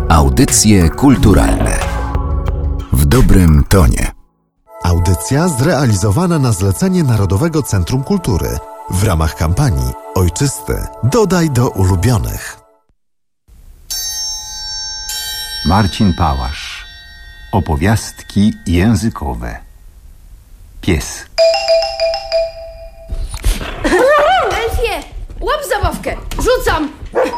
Audycje kulturalne w dobrym tonie. Audycja zrealizowana na zlecenie Narodowego Centrum Kultury w ramach kampanii Ojczysty dodaj do ulubionych. Marcin Pałasz. Opowiastki językowe. Pies. Elfie! Łap zabawkę! Rzucam!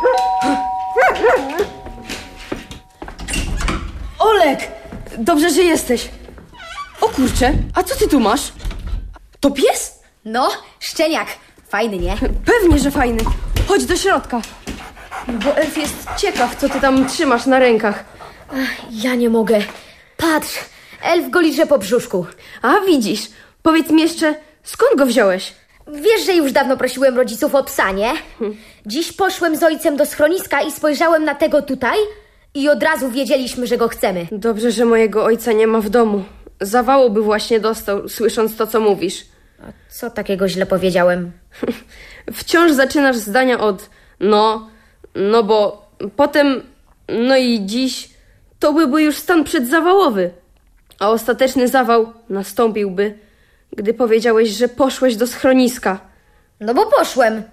Olek! Dobrze, że jesteś. O kurczę, a co ty tu masz? To pies? No, szczeniak. Fajny, nie? Pewnie, że fajny. Chodź do środka. Bo Elf jest ciekaw, co ty tam trzymasz na rękach. Ja nie mogę. Patrz, elf go liże po brzuszku. A widzisz, powiedz mi jeszcze, skąd go wziąłeś? Wiesz, że już dawno prosiłem rodziców o psa, nie? Dziś poszłem z ojcem do schroniska i spojrzałem na tego tutaj i od razu wiedzieliśmy, że go chcemy. Dobrze, że mojego ojca nie ma w domu. Zawału by właśnie dostał, słysząc to, co mówisz. A co takiego źle powiedziałem? Wciąż zaczynasz zdania od no bo potem, no i dziś, to byłby już stan przedzawałowy. A ostateczny zawał nastąpiłby, gdy powiedziałeś, że poszłeś do schroniska. No bo poszłem.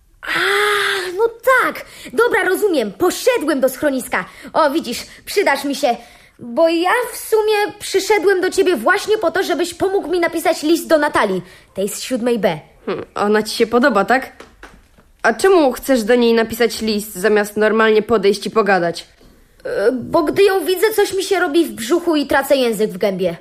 No tak. Dobra, rozumiem. Poszedłem do schroniska. O, widzisz, przydasz mi się. Bo ja w sumie przyszedłem do ciebie właśnie po to, żebyś pomógł mi napisać list do Natalii, tej z 7B. Ona ci się podoba, tak? A czemu chcesz do niej napisać list, zamiast normalnie podejść i pogadać? Bo gdy ją widzę, coś mi się robi w brzuchu i tracę język w gębie.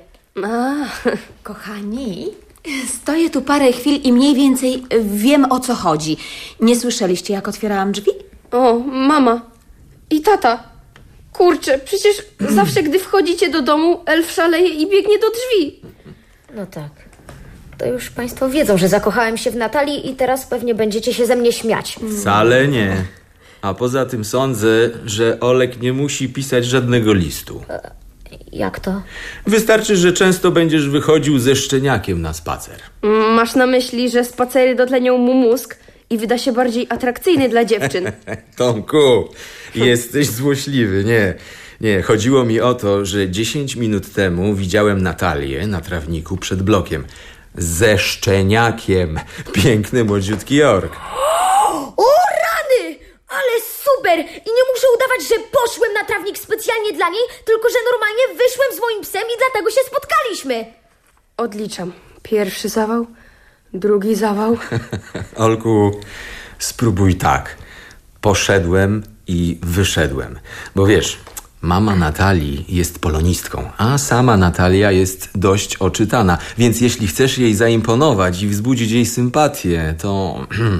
Kochani, stoję tu parę chwil i mniej więcej wiem, o co chodzi. Nie słyszeliście, jak otwierałam drzwi? O, mama i tata. Kurczę, przecież zawsze, gdy wchodzicie do domu, elf szaleje i biegnie do drzwi. No tak. To już państwo wiedzą, że zakochałem się w Natalii i teraz pewnie będziecie się ze mnie śmiać. Wcale nie. A poza tym sądzę, że Olek nie musi pisać żadnego listu. Jak to? Wystarczy, że często będziesz wychodził ze szczeniakiem na spacer. Masz na myśli, że spacery dotlenią mu mózg i wyda się bardziej atrakcyjny dla dziewczyn. Tomku, jesteś złośliwy. Nie, chodziło mi o to, że 10 minut temu widziałem Natalię na trawniku przed blokiem. Ze szczeniakiem. Piękny, młodziutki Jork. O rany! Ale super! I nie muszę udawać, że poszłem na trawnik specjalnie dla niej, tylko że normalnie wyszłem z moim psem i dlatego się spotkaliśmy. Odliczam. Pierwszy zawał, drugi zawał. Olku, spróbuj tak. Poszedłem i wyszedłem. Bo wiesz, mama Natalii jest polonistką, a sama Natalia jest dość oczytana. Więc jeśli chcesz jej zaimponować i wzbudzić jej sympatię, to...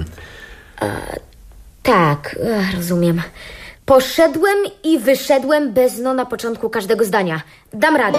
Tak, rozumiem. Poszedłem i wyszedłem bez no na początku każdego zdania. Dam radę.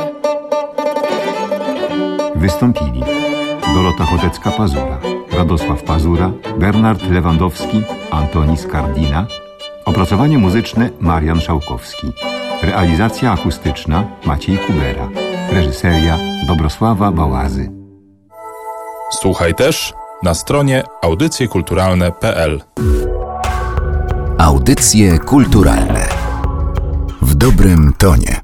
Wystąpili Dorota Chodecka-Pazura, Radosław Pazura, Bernard Lewandowski, Antoni Skardina. Opracowanie muzyczne Marian Szałkowski. Realizacja akustyczna Maciej Kubera. Reżyseria Dobrosława Bałazy. Słuchaj też na stronie audycjekulturalne.pl. Audycje kulturalne w dobrym tonie.